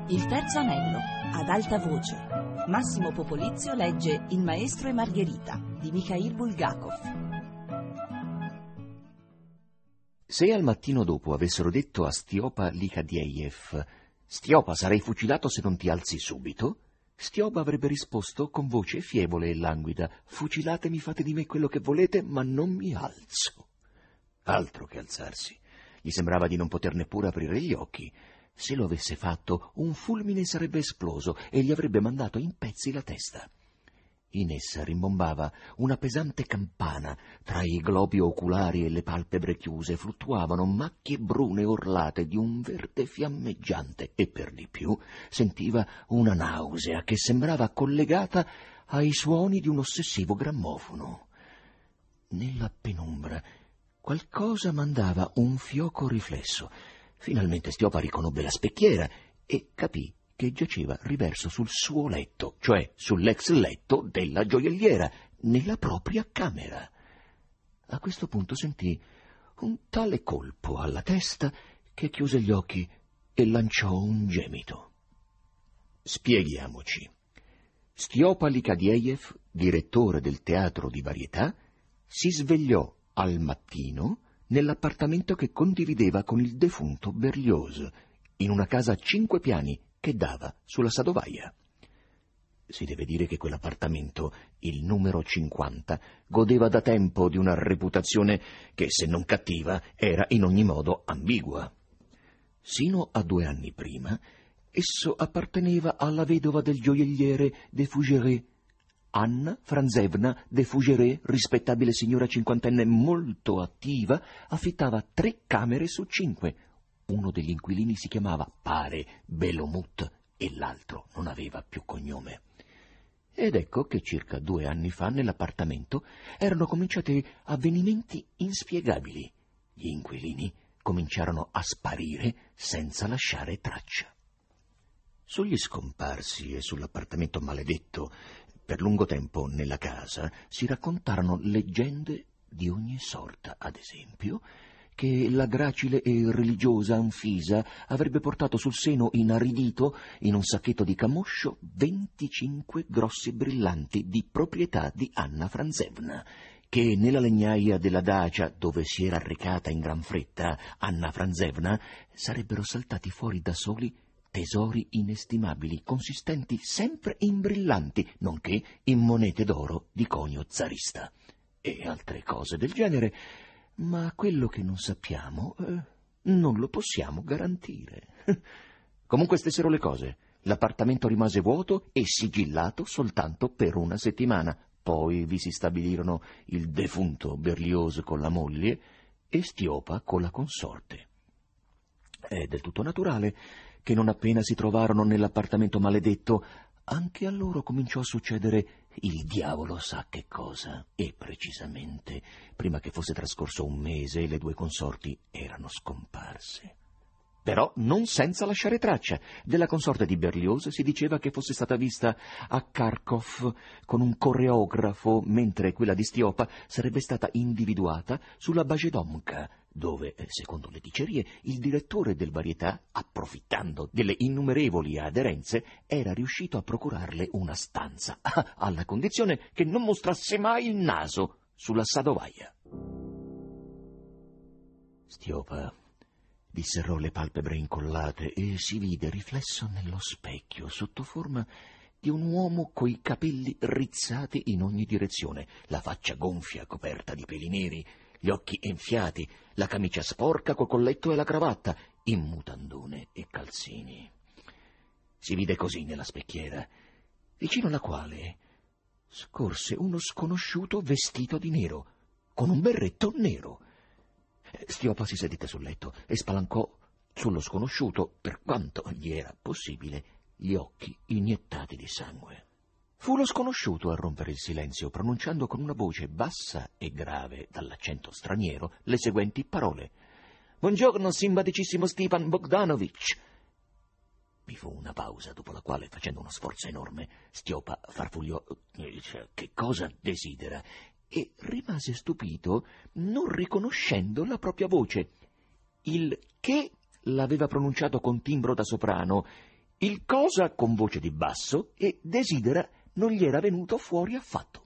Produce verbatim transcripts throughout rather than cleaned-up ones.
Il terzo anello, ad alta voce. Massimo Popolizio legge Il maestro e Margherita di Mikhail Bulgakov. Se al mattino dopo avessero detto a Stiopa Likadiev: Stiopa, sarai fucilato se non ti alzi subito, Stiopa avrebbe risposto con voce fievole e languida: fucilatemi, fate di me quello che volete, ma non mi alzo. Altro che alzarsi. Gli sembrava di non poter neppure aprire gli occhi. Se lo avesse fatto, un fulmine sarebbe esploso e gli avrebbe mandato in pezzi la testa. In essa rimbombava una pesante campana, tra i globi oculari e le palpebre chiuse fluttuavano macchie brune orlate di un verde fiammeggiante e per di più sentiva una nausea che sembrava collegata ai suoni di un ossessivo grammofono. Nella penombra qualcosa mandava un fioco riflesso. Finalmente Stiopa riconobbe la specchiera e capì che giaceva riverso sul suo letto, cioè sull'ex letto della gioielliera, nella propria camera. A questo punto sentì un tale colpo alla testa che chiuse gli occhi e lanciò un gemito. Spieghiamoci. Stiopa Likadiev, direttore del teatro di varietà, si svegliò al mattino nell'appartamento che condivideva con il defunto Berlioz, in una casa a cinque piani che dava sulla Sadovaia. Si deve dire che quell'appartamento, il numero cinquanta, godeva da tempo di una reputazione che, se non cattiva, era in ogni modo ambigua. Sino a due anni prima, esso apparteneva alla vedova del gioielliere de Fougeray, Anna Franzevna de Fougeray, rispettabile signora cinquantenne molto attiva, affittava tre camere su cinque. Uno degli inquilini si chiamava, pare, Belomut e l'altro non aveva più cognome. Ed ecco che circa due anni fa nell'appartamento erano cominciati avvenimenti inspiegabili. Gli inquilini cominciarono a sparire senza lasciare traccia. Sugli scomparsi e sull'appartamento maledetto, per lungo tempo nella casa si raccontarono leggende di ogni sorta, ad esempio che la gracile e religiosa Anfisa avrebbe portato sul seno inaridito, in un sacchetto di camoscio, venticinque grossi brillanti di proprietà di Anna Franzevna, che nella legnaia della dacia, dove si era recata in gran fretta Anna Franzevna, sarebbero saltati fuori da soli tesori inestimabili, consistenti sempre in brillanti, nonché in monete d'oro di conio zarista, e altre cose del genere. Ma quello che non sappiamo eh, non lo possiamo garantire. Comunque stessero le cose, l'appartamento rimase vuoto e sigillato soltanto per una settimana. Poi vi si stabilirono il defunto Berlioz con la moglie e Stiopa con la consorte. È del tutto naturale che non appena si trovarono nell'appartamento maledetto, anche a loro cominciò a succedere il diavolo sa che cosa, e precisamente prima che fosse trascorso un mese le due consorti erano scomparse. Però non senza lasciare traccia. Della consorte di Berlioz si diceva che fosse stata vista a Kharkov con un coreografo, mentre quella di Stiopa sarebbe stata individuata sulla Bajedomka, dove, secondo le dicerie, il direttore del varietà, approfittando delle innumerevoli aderenze, era riuscito a procurarle una stanza, alla condizione che non mostrasse mai il naso sulla Sadovaia. Stiopa disserrò le palpebre incollate e si vide riflesso nello specchio sotto forma di un uomo coi capelli rizzati in ogni direzione, la faccia gonfia coperta di peli neri, gli occhi enfiati, la camicia sporca col colletto e la cravatta, in mutandone e calzini. Si vide così nella specchiera, vicino alla quale scorse uno sconosciuto vestito di nero, con un berretto nero. Stiopa si sedette sul letto e spalancò sullo sconosciuto, per quanto gli era possibile, gli occhi iniettati di sangue. Fu lo sconosciuto a rompere il silenzio, pronunciando con una voce bassa e grave, dall'accento straniero, le seguenti parole. «Buongiorno, simpaticissimo Stepan Bogdanovich!» Vi fu una pausa, dopo la quale, facendo uno sforzo enorme, Stiopa farfugliò «Che cosa desidera?» e rimase stupito, non riconoscendo la propria voce. Il «che» l'aveva pronunciato con timbro da soprano, Il cosa con voce di basso e desidera non gli era venuto fuori affatto.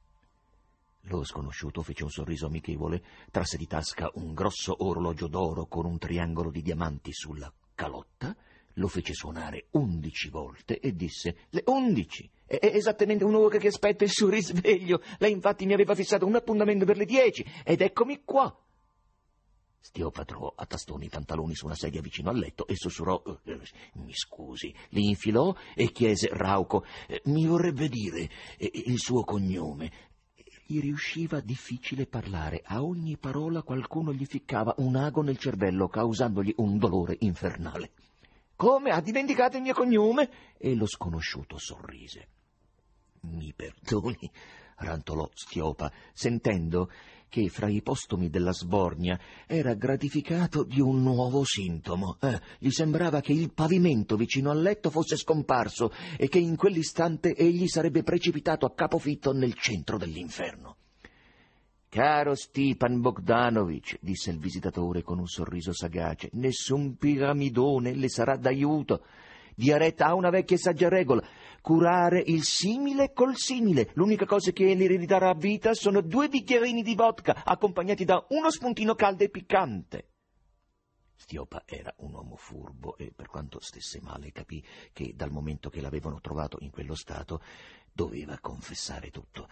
Lo sconosciuto fece un sorriso amichevole, trasse di tasca un grosso orologio d'oro con un triangolo di diamanti sulla calotta, lo fece suonare undici volte e disse: «Le undici! È esattamente un'ora che aspetto il suo risveglio. Lei infatti mi aveva fissato un appuntamento per le dieci, ed eccomi qua!» Stiopa trovò a tastoni i pantaloni su una sedia vicino al letto e sussurrò: eh, «Mi scusi», li infilò e chiese rauco: eh, «Mi vorrebbe dire eh, il suo cognome?» Gli riusciva difficile parlare. A ogni parola qualcuno gli ficcava un ago nel cervello, causandogli un dolore infernale. «Come? Ha dimenticato il mio cognome?» E lo sconosciuto sorrise. «Mi perdoni», rantolò Stiopa, sentendo che fra i postumi della sbornia era gratificato di un nuovo sintomo. Eh, gli sembrava che il pavimento vicino al letto fosse scomparso e che in quell'istante egli sarebbe precipitato a capofitto nel centro dell'inferno. «Caro Stipan Bogdanovic», disse il visitatore con un sorriso sagace, «nessun piramidone le sarà d'aiuto. Diaretta ha una vecchia e saggia regola: curare il simile col simile. L'unica cosa che le ridarà vita sono due bicchierini di vodka, accompagnati da uno spuntino caldo e piccante». Stiopa era un uomo furbo e, per quanto stesse male, capì che dal momento che l'avevano trovato in quello stato doveva confessare tutto.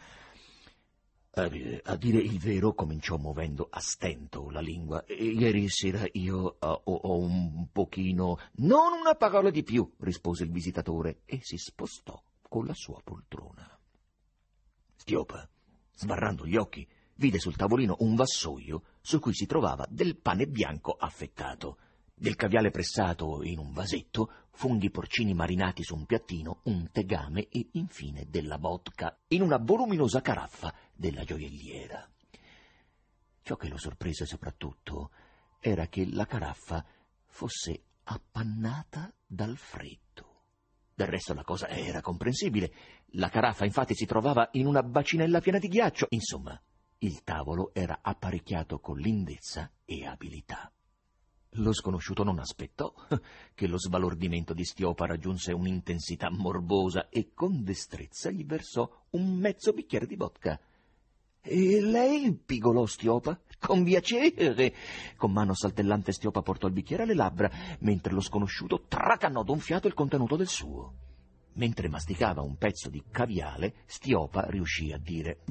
A, a dire il vero, cominciò muovendo a stento la lingua: «Ieri sera io uh, ho, ho un pochino...» «Non una parola di più», rispose il visitatore e si spostò con la sua poltrona. Stiopa, sbarrando gli occhi, vide sul tavolino un vassoio su cui si trovava del pane bianco affettato, del caviale pressato in un vasetto, funghi porcini marinati su un piattino, un tegame e infine della vodka in una voluminosa caraffa della gioielliera. Ciò che lo sorprese soprattutto era che la caraffa fosse appannata dal freddo. Del resto la cosa era comprensibile. La caraffa infatti si trovava in una bacinella piena di ghiaccio. Insomma, il tavolo era apparecchiato con lindezza e abilità. Lo sconosciuto non aspettò che lo sbalordimento di Stiopa raggiunse un'intensità morbosa e con destrezza gli versò un mezzo bicchiere di vodka. «E lei?» pigolò Stiopa. «Con piacere!» Con mano saltellante Stiopa portò il bicchiere alle labbra, mentre lo sconosciuto tracannò d'un fiato il contenuto del suo. Mentre masticava un pezzo di caviale, Stiopa riuscì a dire: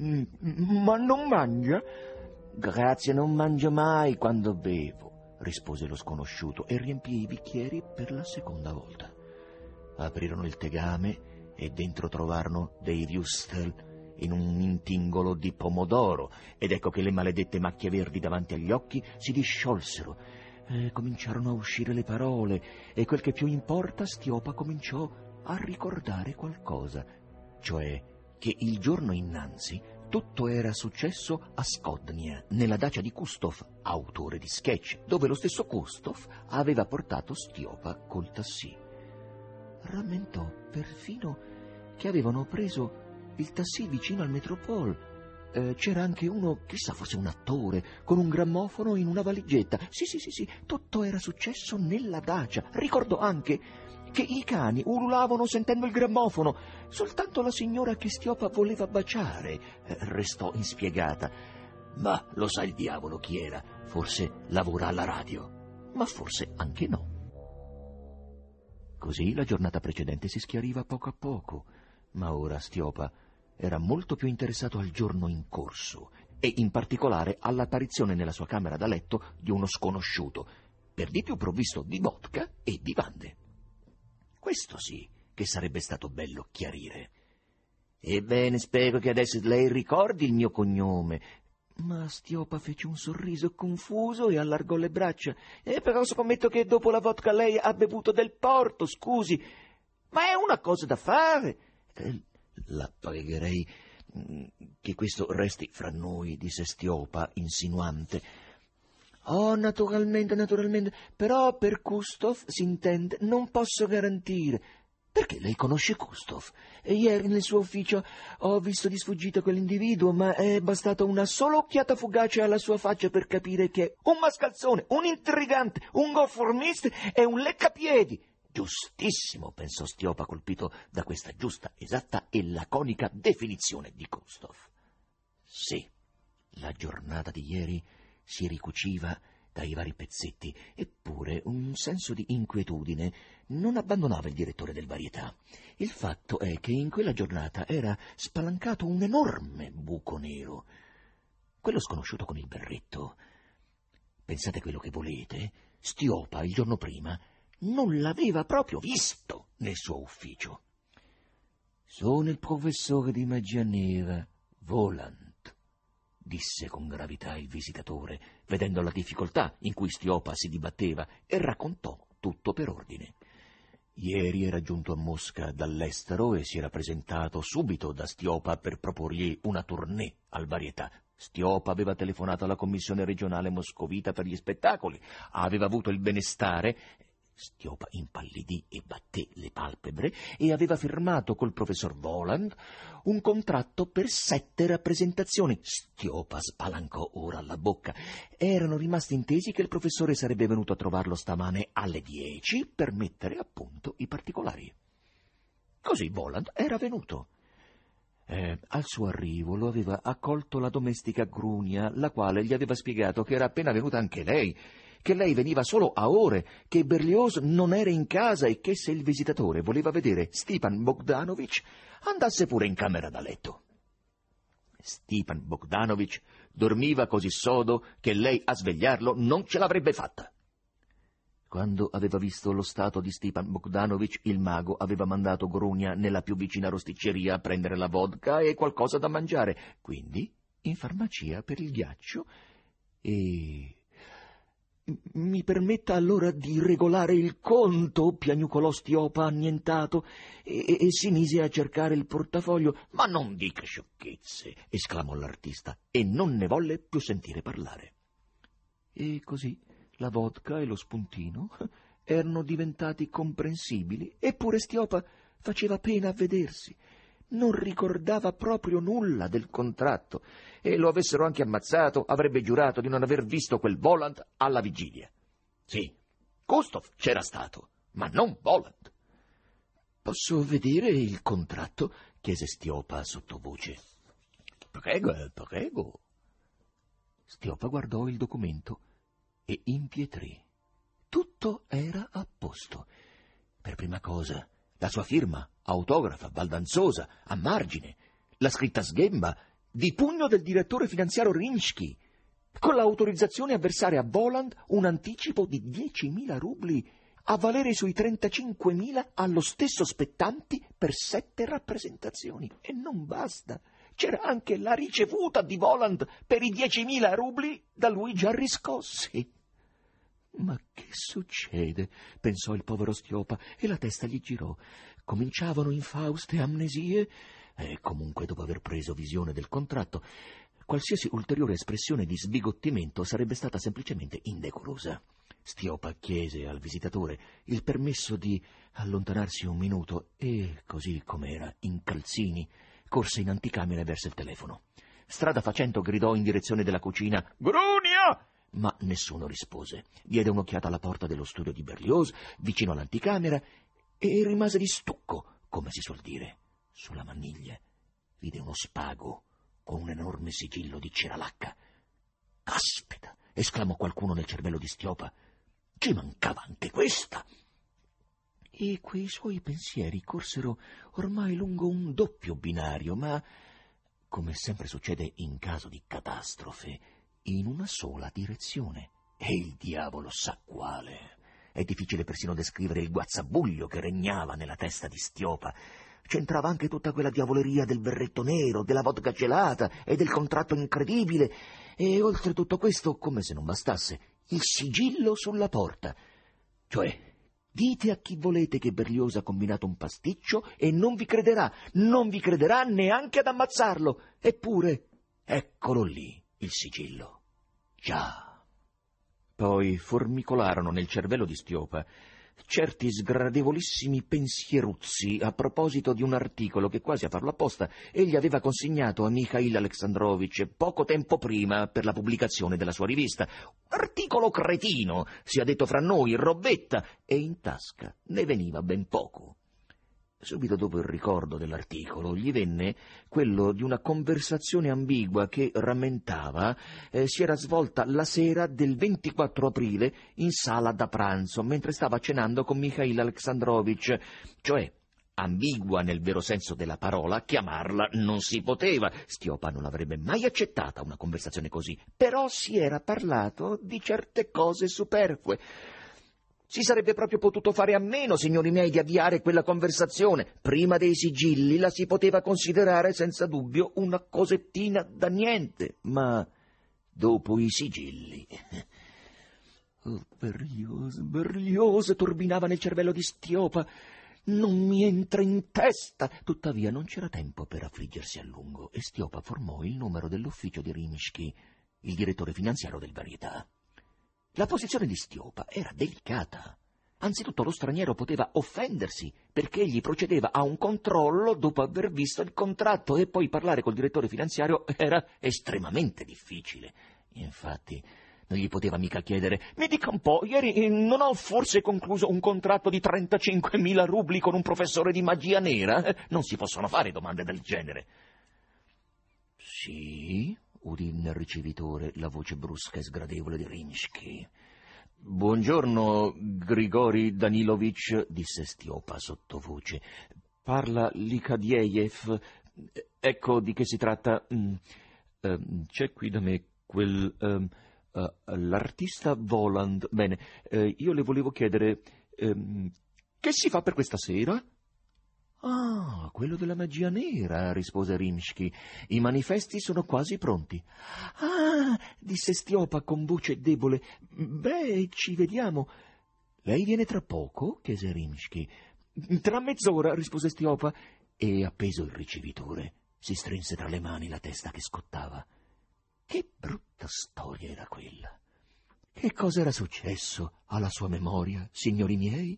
«Ma non mangia?» «Grazie, non mangio mai quando bevo», rispose lo sconosciuto e riempì i bicchieri per la seconda volta. Aprirono il tegame e dentro trovarono dei würstel in un intingolo di pomodoro, ed ecco che le maledette macchie verdi davanti agli occhi si disciolsero. E cominciarono a uscire le parole, e quel che più importa, Stiopa cominciò a ricordare qualcosa, cioè che il giorno innanzi tutto era successo a Skodnia, nella dacia di Kustov, autore di sketch, dove lo stesso Kustov aveva portato Stiopa col tassì. Rammentò perfino che avevano preso il tassì vicino al Metropole. Eh, c'era anche uno, chissà, forse un attore, con un grammofono in una valigetta. Sì, sì, sì, sì, tutto era successo nella dacia. Ricordò anche che i cani ululavano sentendo il grammofono. Soltanto la signora che Stiopa voleva baciare eh, restò inspiegata. Ma lo sa il diavolo chi era. Forse lavora alla radio, ma forse anche no. Così la giornata precedente si schiariva poco a poco, ma ora Stiopa era molto più interessato al giorno in corso e in particolare all'apparizione nella sua camera da letto di uno sconosciuto, per di più provvisto di vodka e di bande. Questo sì che sarebbe stato bello chiarire. «Ebbene, spero che adesso lei ricordi il mio cognome». Ma Stiopa fece un sorriso confuso e allargò le braccia. «Eh, però scommetto che dopo la vodka lei ha bevuto del porto, scusi. Ma è una cosa da fare». Eh, «La pregherei che questo resti fra noi», disse Stiopa, insinuante. «Oh, naturalmente, naturalmente, però per Kustov, si intende, non posso garantire». «Perché lei conosce Kustov? Ieri nel suo ufficio ho visto di sfuggita quell'individuo, ma è bastata una sola occhiata fugace alla sua faccia per capire che è un mascalzone, un intrigante, un conformista e un leccapiedi. Giustissimo, pensò Stiopa, colpito da questa giusta, esatta e laconica definizione di Gustov. Sì, la giornata di ieri si ricuciva dai vari pezzetti, eppure un senso di inquietudine non abbandonava il direttore del Varietà. Il fatto è che in quella giornata era spalancato un enorme buco nero. Quello sconosciuto con il berretto. Pensate quello che volete, Stiopa il giorno prima non l'aveva proprio visto nel suo ufficio. «Sono il professore di magia nera, Voland», disse con gravità il visitatore, vedendo la difficoltà in cui Stiopa si dibatteva, e raccontò tutto per ordine. Ieri era giunto a Mosca dall'estero e si era presentato subito da Stiopa per proporgli una tournée al Varietà. Stiopa aveva telefonato alla commissione regionale moscovita per gli spettacoli, aveva avuto il benestare... Stiopa impallidì e batté le palpebre e aveva firmato col professor Voland un contratto per sette rappresentazioni. Stiopa spalancò ora la bocca. Erano rimasti intesi che il professore sarebbe venuto a trovarlo stamane alle dieci per mettere a punto i particolari. Così Voland era venuto. Eh, al suo arrivo lo aveva accolto la domestica Grunia, la quale gli aveva spiegato che era appena venuta anche lei, che lei veniva solo a ore, che Berlioz non era in casa e che se il visitatore voleva vedere Stepan Bogdanovich andasse pure in camera da letto. Stepan Bogdanovich dormiva così sodo che lei a svegliarlo non ce l'avrebbe fatta. Quando aveva visto lo stato di Stepan Bogdanovich, il mago aveva mandato Grunia nella più vicina rosticceria a prendere la vodka e qualcosa da mangiare, quindi in farmacia per il ghiaccio e... «Mi permetta allora di regolare il conto», piagnucolò Stiopa annientato, e, e si mise a cercare il portafoglio. «Ma non dica sciocchezze», esclamò l'artista, e non ne volle più sentire parlare. E così la vodka e lo spuntino erano diventati comprensibili, eppure Stiopa faceva pena a vedersi. Non ricordava proprio nulla del contratto, e lo avessero anche ammazzato, avrebbe giurato di non aver visto quel Voland alla vigilia. Sì, Gustov c'era stato, ma non Voland. «Posso vedere il contratto?» chiese Stiopa sottovoce. «Prego, prego». Stiopa guardò il documento e impietrì. Tutto era a posto. Per prima cosa, la sua firma, autografa, baldanzosa, a margine, la scritta sghemba, di pugno del direttore finanziario Rinsky, con l'autorizzazione a versare a Voland un anticipo di diecimila rubli, a valere sui trentacinquemila allo stesso spettanti per sette rappresentazioni. E non basta, c'era anche la ricevuta di Voland per i diecimila rubli da lui già riscossi. «Ma che succede?» pensò il povero Stiopa, e la testa gli girò. Cominciavano infauste amnesie, e comunque, dopo aver preso visione del contratto, qualsiasi ulteriore espressione di sbigottimento sarebbe stata semplicemente indecorosa. Stiopa chiese al visitatore il permesso di allontanarsi un minuto e, così com'era, in calzini, corse in anticamera verso il telefono. Strada facendo gridò in direzione della cucina: «Grunia!» Ma nessuno rispose. Diede un'occhiata alla porta dello studio di Berlioz, vicino all'anticamera, e rimase di stucco, come si suol dire. Sulla maniglia vide uno spago con un enorme sigillo di cera lacca. «Caspita!» esclamò qualcuno nel cervello di Stiopa. «Ci mancava anche questa!» E quei suoi pensieri corsero ormai lungo un doppio binario, ma, come sempre succede in caso di catastrofe, in una sola direzione, e il diavolo sa quale. È difficile persino descrivere il guazzabuglio che regnava nella testa di Stiopa. C'entrava anche tutta quella diavoleria del berretto nero, della vodka gelata e del contratto incredibile, e oltre tutto questo, come se non bastasse, il sigillo sulla porta. Cioè, dite a chi volete che Berlioz ha combinato un pasticcio e non vi crederà, non vi crederà neanche ad ammazzarlo. Eppure, eccolo lì, il sigillo. Già. Poi formicolarono nel cervello di Stiopa certi sgradevolissimi pensieruzzi a proposito di un articolo che, quasi a farlo apposta, egli aveva consegnato a Michail Alexandrovich poco tempo prima per la pubblicazione della sua rivista. Articolo cretino, sia detto fra noi, robetta, e in tasca ne veniva ben poco. Subito dopo il ricordo dell'articolo gli venne quello di una conversazione ambigua che, rammentava, eh, si era svolta la sera del ventiquattro aprile in sala da pranzo, mentre stava cenando con Michail Alexandrovich, cioè ambigua nel vero senso della parola, chiamarla non si poteva. Stiopa non avrebbe mai accettata una conversazione così, però si era parlato di certe cose superflue. Si sarebbe proprio potuto fare a meno, signori miei, di avviare quella conversazione. Prima dei sigilli la si poteva considerare senza dubbio una cosettina da niente, ma dopo i sigilli... Oh, Berlioz, Berlioz, turbinava nel cervello di Stiopa. Non mi entra in testa. Tuttavia non c'era tempo per affliggersi a lungo e Stiopa formò il numero dell'ufficio di Rimsky, il direttore finanziario del Varietà. La posizione di Stiopa era delicata. Anzitutto lo straniero poteva offendersi perché egli procedeva a un controllo dopo aver visto il contratto e poi parlare col direttore finanziario era estremamente difficile. Infatti non gli poteva mica chiedere: mi dica un po', ieri non ho forse concluso un contratto di trentacinquemila rubli con un professore di magia nera? Non si possono fare domande del genere. Sì, udì nel ricevitore la voce brusca e sgradevole di Rimsky. Buongiorno, Grigori Danilovich, disse Stiopa sottovoce. Parla Likadiev. Ecco di che si tratta. Mm, uh, c'è qui da me quel... Uh, Uh, l'artista Voland. Bene, uh, io le volevo chiedere um, che si fa per questa sera? Ah, quello della magia nera, rispose Rimsky. I manifesti sono quasi pronti. Ah, disse Stiopa con voce debole. Beh, ci vediamo. Lei viene tra poco? Chiese Rimsky. Tra mezz'ora, rispose Stiopa, e appeso il ricevitore si strinse tra le mani la testa che scottava. Che brutta storia era quella! Che cosa era successo alla sua memoria, signori miei?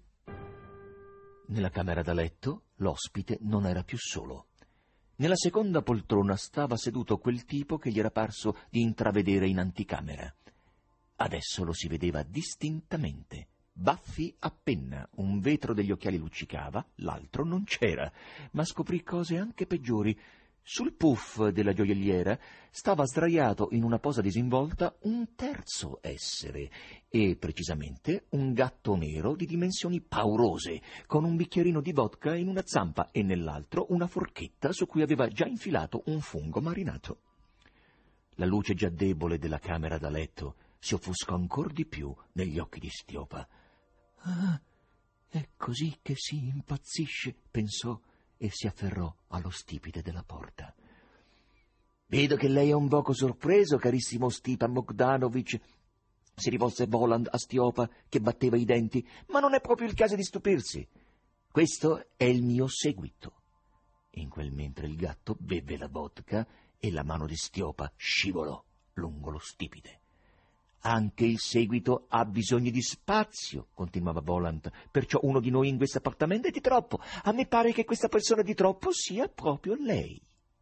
Nella camera da letto l'ospite non era più solo. Nella seconda poltrona stava seduto quel tipo che gli era parso di intravedere in anticamera. Adesso lo si vedeva distintamente. Baffi a penna, un vetro degli occhiali luccicava, l'altro non c'era, ma scoprì cose anche peggiori. Sul puff della gioielliera stava sdraiato in una posa disinvolta un terzo essere, e precisamente un gatto nero di dimensioni paurose, con un bicchierino di vodka in una zampa e nell'altro una forchetta su cui aveva già infilato un fungo marinato. La luce già debole della camera da letto si offuscò ancor di più negli occhi di Stiopa. «Ah, è così che si impazzisce», pensò, e si afferrò allo stipite della porta. «Vedo che lei è un poco sorpreso, carissimo Stipan Bogdanovich», si rivolse Voland a Stiopa, che batteva i denti, «ma non è proprio il caso di stupirsi. Questo è il mio seguito». In quel mentre il gatto beve la vodka e la mano di Stiopa scivolò lungo lo stipite. «Anche il seguito ha bisogno di spazio», continuava Voland, «perciò uno di noi in questo appartamento è di troppo. A me pare che questa persona di troppo sia proprio lei».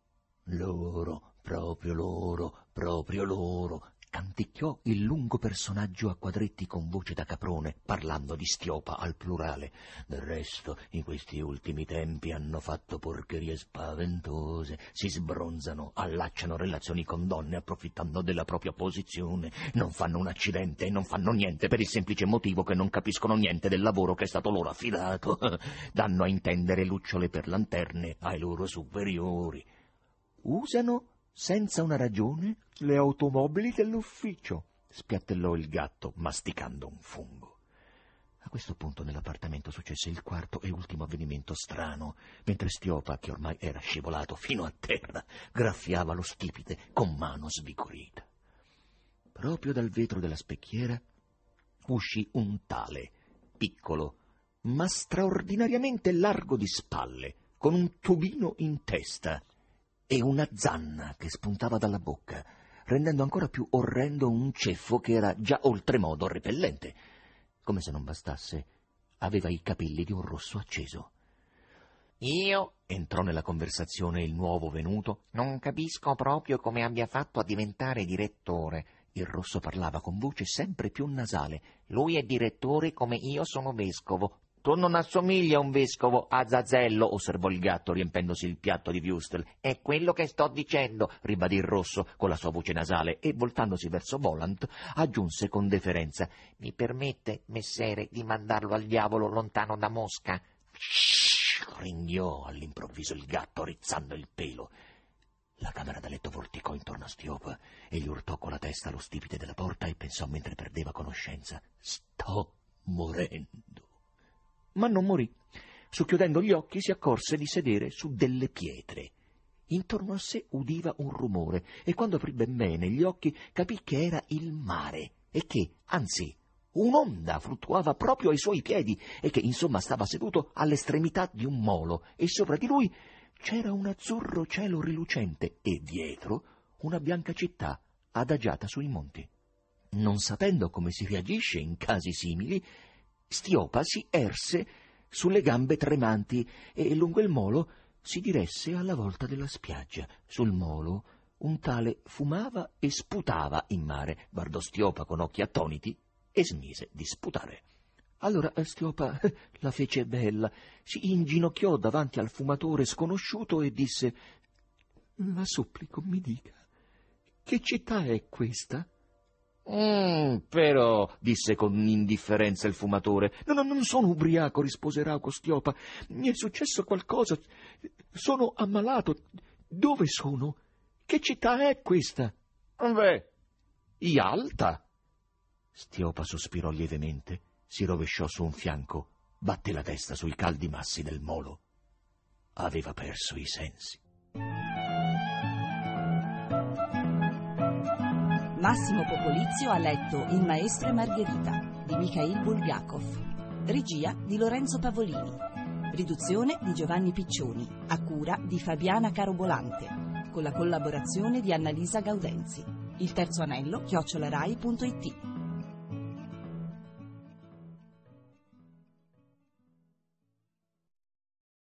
«Loro, proprio loro, proprio loro», canticchiò il lungo personaggio a quadretti con voce da caprone, parlando di Stiopa al plurale. «Del resto, in questi ultimi tempi hanno fatto porcherie spaventose, si sbronzano, allacciano relazioni con donne approfittando della propria posizione, non fanno un accidente e non fanno niente per il semplice motivo che non capiscono niente del lavoro che è stato loro affidato. Danno a intendere lucciole per lanterne ai loro superiori. Usano senza una ragione le automobili dell'ufficio», spiattellò il gatto, masticando un fungo. A questo punto nell'appartamento successe il quarto e ultimo avvenimento strano, mentre Stiopa, che ormai era scivolato fino a terra, graffiava lo stipite con mano svigorita. Proprio dal vetro della specchiera uscì un tale, piccolo, ma straordinariamente largo di spalle, con un tubino in testa e una zanna che spuntava dalla bocca, rendendo ancora più orrendo un ceffo che era già oltremodo repellente. Come se non bastasse, aveva i capelli di un rosso acceso. Io, entrò nella conversazione il nuovo venuto, non capisco proprio come abbia fatto a diventare direttore. Il rosso parlava con voce sempre più nasale. Lui è direttore come io sono vescovo. Tu non assomigli a un vescovo, Azazello, osservò il gatto riempendosi il piatto di wurstel. È quello che sto dicendo, ribadì il rosso con la sua voce nasale e, voltandosi verso Volant, aggiunse con deferenza: mi permette, messere, di mandarlo al diavolo lontano da Mosca? Ringhiò all'improvviso il gatto, rizzando il pelo. La camera da letto vorticò intorno a Stiopa e gli urtò con la testa lo stipite della porta e pensò mentre perdeva conoscenza: sto morendo. Ma non morì. Socchiudendo gli occhi si accorse di sedere su delle pietre. Intorno a sé udiva un rumore e quando aprì ben bene gli occhi capì che era il mare e che, anzi, un'onda fluttuava proprio ai suoi piedi e che, insomma, stava seduto all'estremità di un molo e sopra di lui c'era un azzurro cielo rilucente e dietro una bianca città adagiata sui monti. Non sapendo come si reagisce in casi simili, Stiopa si erse sulle gambe tremanti e lungo il molo si diresse alla volta della spiaggia. Sul molo un tale fumava e sputava in mare. Guardò Stiopa con occhi attoniti e smise di sputare. Allora Stiopa la fece bella, si inginocchiò davanti al fumatore sconosciuto e disse: «La supplico, mi dica, che città è questa?» «Mm, però», disse con indifferenza il fumatore. «No, no, non sono ubriaco», rispose rauco Stiopa. «Mi è successo qualcosa, sono ammalato. Dove sono? Che città è questa?» «Beh, Yalta». Stiopa sospirò lievemente, si rovesciò su un fianco, batté la testa sui caldi massi del molo. Aveva perso i sensi. Massimo Popolizio ha letto Il maestro e Margherita di Mikhail Bulgakov, regia di Lorenzo Pavolini, riduzione di Giovanni Piccioni, a cura di Fabiana Carobolante, con la collaborazione di Annalisa Gaudenzi. Il terzo anello chiocciola rai punto it.